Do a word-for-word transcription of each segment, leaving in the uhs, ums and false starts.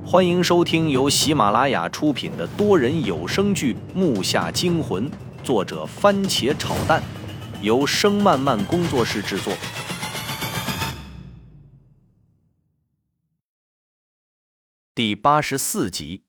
欢迎收听由喜马拉雅出品的多人有声剧《木下惊魂》，作者番茄炒蛋，由声漫漫工作室制作。第八十四集。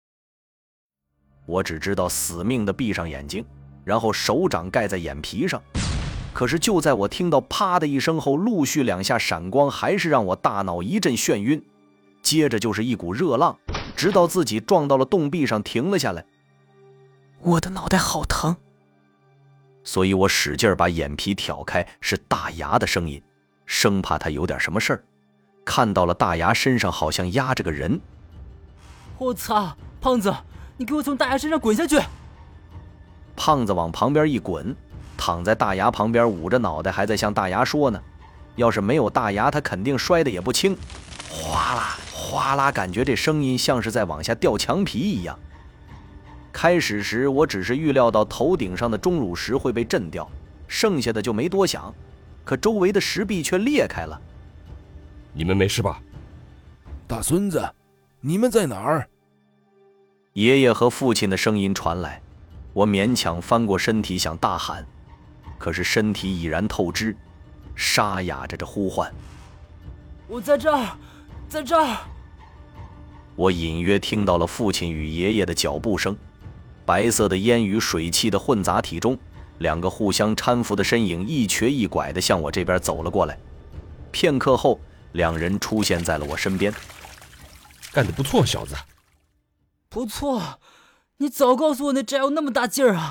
我只知道死命地闭上眼睛，然后手掌盖在眼皮上。可是就在我听到啪的一声后，陆续两下闪光还是让我大脑一阵眩晕，接着就是一股热浪，直到自己撞到了洞壁上停了下来。 我的脑袋好疼， 所以我使劲把眼皮挑开，是大牙的声音，生怕他有点什么事儿。看到了大牙身上好像压着个人。 我操，胖子，你给我从大牙身上滚下去！ 胖子往旁边一滚，躺在大牙旁边捂着脑袋，还在向大牙说呢。要是没有大牙，他肯定摔得也不轻。哗啦哗啦，感觉这声音像是在往下掉墙皮一样。开始时我只是预料到头顶上的钟乳石会被震掉，剩下的就没多想，可周围的石壁却裂开了。 你们没事吧？ 大孙子，你们在哪儿？ 爷爷和父亲的声音传来，我勉强翻过身体想大喊，可是身体已然透支，沙哑着这呼唤。 我在这儿，在这儿。 我隐约听到了父亲与爷爷的脚步声，白色的烟与水汽的混杂体中，两个互相搀扶的身影一瘸一拐地向我这边走了过来。片刻后，两人出现在了我身边。 干得不错，小子。 不错，你早告诉我那炸药那么大劲儿啊！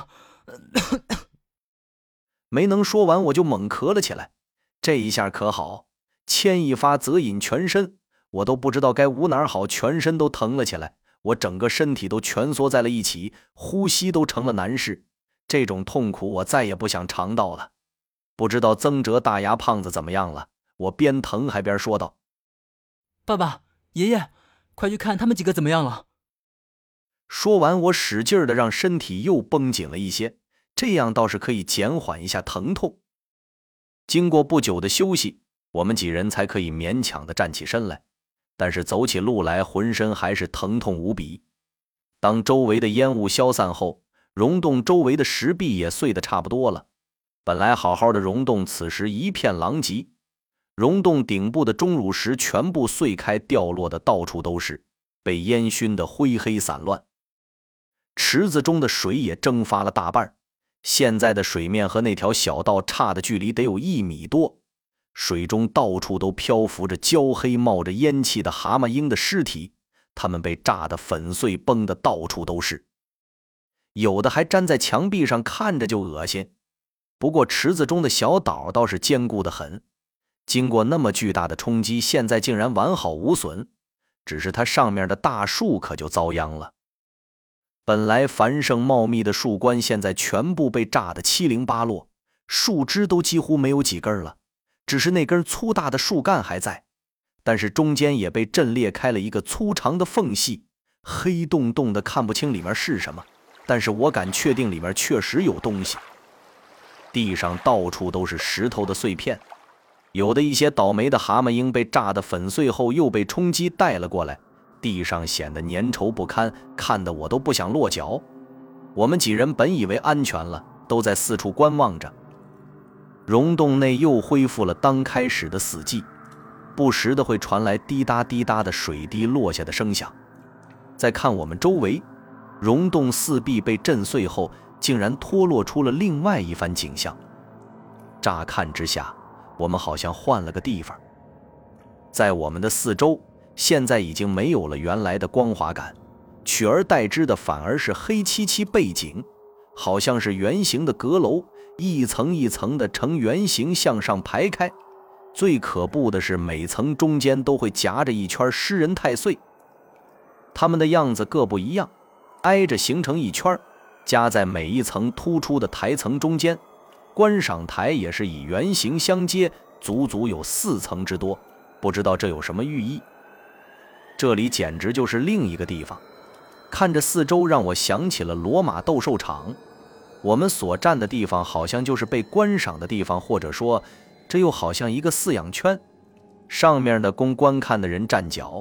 没能说完，我就猛咳了起来。这一下可好，牵一发则引全身，我都不知道该捂哪儿好，全身都疼了起来。我整个身体都蜷缩在了一起，呼吸都成了难事。这种痛苦我再也不想尝到了。不知道曾哲大牙胖子怎么样了？我边疼还边说道： 爸爸，爷爷，快去看他们几个怎么样了。 说完，我使劲地让身体又绷紧了一些，这样倒是可以减缓一下疼痛。经过不久的休息，我们几人才可以勉强地站起身来，但是走起路来浑身还是疼痛无比。当周围的烟雾消散后，溶洞周围的石壁也碎得差不多了。本来好好的溶洞此时一片狼藉，溶洞顶部的钟乳石全部碎开，掉落的到处都是，被烟熏得灰黑散乱。池子中的水也蒸发了大半，现在的水面和那条小道差的距离得有一米多，水中到处都漂浮着焦黑冒着烟气的蛤蟆鹰的尸体，它们被炸得粉碎，崩得到处都是，有的还粘在墙壁上，看着就恶心。不过池子中的小岛倒是坚固得很，经过那么巨大的冲击，现在竟然完好无损，只是它上面的大树可就遭殃了。本来繁盛茂密的树冠现在全部被炸得七零八落，树枝都几乎没有几根了，只是那根粗大的树干还在，但是中间也被震裂开了一个粗长的缝隙，黑洞洞的，看不清里面是什么，但是我敢确定里面确实有东西。地上到处都是石头的碎片，有的一些倒霉的蛤蟆鹰被炸得粉碎后又被冲击带了过来，地上显得粘稠不堪，看得我都不想落脚。我们几人本以为安全了，都在四处观望着。溶洞内又恢复了当开始的死寂，不时的会传来滴答滴答的水滴落下的声响。再看我们周围，溶洞四壁被震碎后，竟然脱落出了另外一番景象。乍看之下，我们好像换了个地方。在我们的四周，现在已经没有了原来的光滑感，取而代之的反而是黑漆漆背景，好像是圆形的阁楼，一层一层的呈圆形向上排开。最可怖的是，每层中间都会夹着一圈尸人太岁，它们的样子各不一样，挨着形成一圈，夹在每一层突出的台层中间。观赏台也是以圆形相接，足足有四层之多，不知道这有什么寓意。这里简直就是另一个地方，看着四周让我想起了罗马斗兽场。我们所站的地方好像就是被观赏的地方，或者说这又好像一个饲养圈，上面的供观看的人站脚，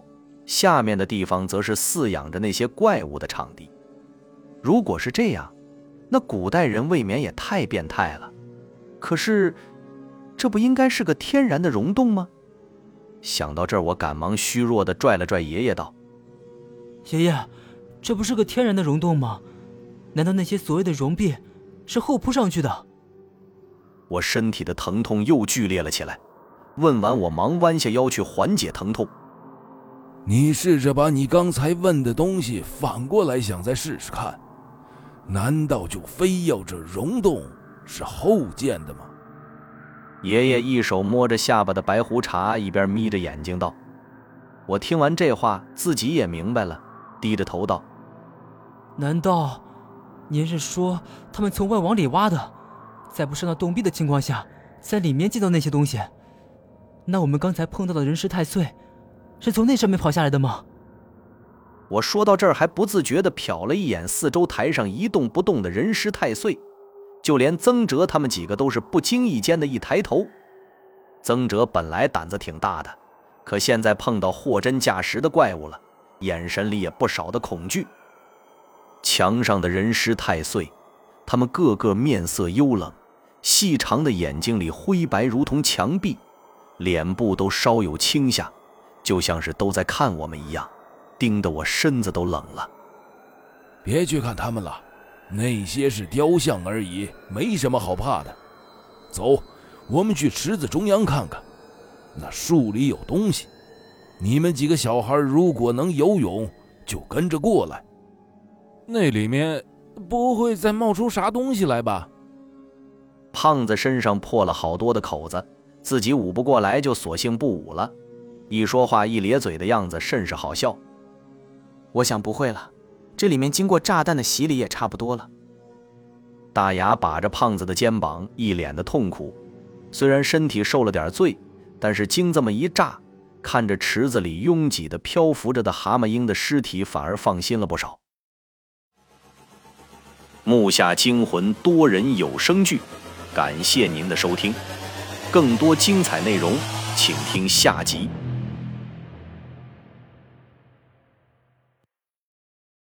下面的地方则是饲养着那些怪物的场地。如果是这样，那古代人未免也太变态了。可是，这不应该是个天然的溶洞吗？想到这儿，我赶忙虚弱地拽了拽爷爷道：“ 爷爷，这不是个天然的溶洞吗？难道那些所谓的溶壁是后铺上去的？” 我身体的疼痛又剧烈了起来。问完，我忙弯下腰去缓解疼痛。 你试着把你刚才问的东西反过来想，再试试看。难道就非要这溶洞是后建的吗？ 爷爷一手摸着下巴的白胡茬，一边眯着眼睛道。我听完这话，自己也明白了，低着头道：“ 难道您是说他们从外往里挖的，在不伤到洞壁的情况下，在里面建造那些东西？那我们刚才碰到的人尸太岁，是从那上面跑下来的吗？” 我说到这儿，还不自觉地瞟了一眼四周台上一动不动的人尸太岁，就连曾哲他们几个都是不经意间的一抬头。曾哲本来胆子挺大的，可现在碰到货真价实的怪物了，眼神里也不少的恐惧。墙上的人尸太岁，他们个个面色幽冷，细长的眼睛里灰白如同墙壁，脸部都稍有倾下，就像是都在看我们一样，盯得我身子都冷了。 别去看他们了，那些是雕像而已，没什么好怕的。走，我们去池子中央看看，那树里有东西。你们几个小孩如果能游泳，就跟着过来。那里面不会再冒出啥东西来吧？ 胖子身上破了好多的口子，自己捂不过来，就索性不捂了。一说话一咧嘴的样子，甚是好笑。 我想不会了，这里面经过炸弹的洗礼也差不多了。 大牙把着胖子的肩膀，一脸的痛苦。虽然身体受了点罪，但是经这么一炸，看着池子里拥挤的漂浮着的蛤蟆鹰的尸体，反而放心了不少。木下惊魂多人有声剧，感谢您的收听，更多精彩内容请听下集。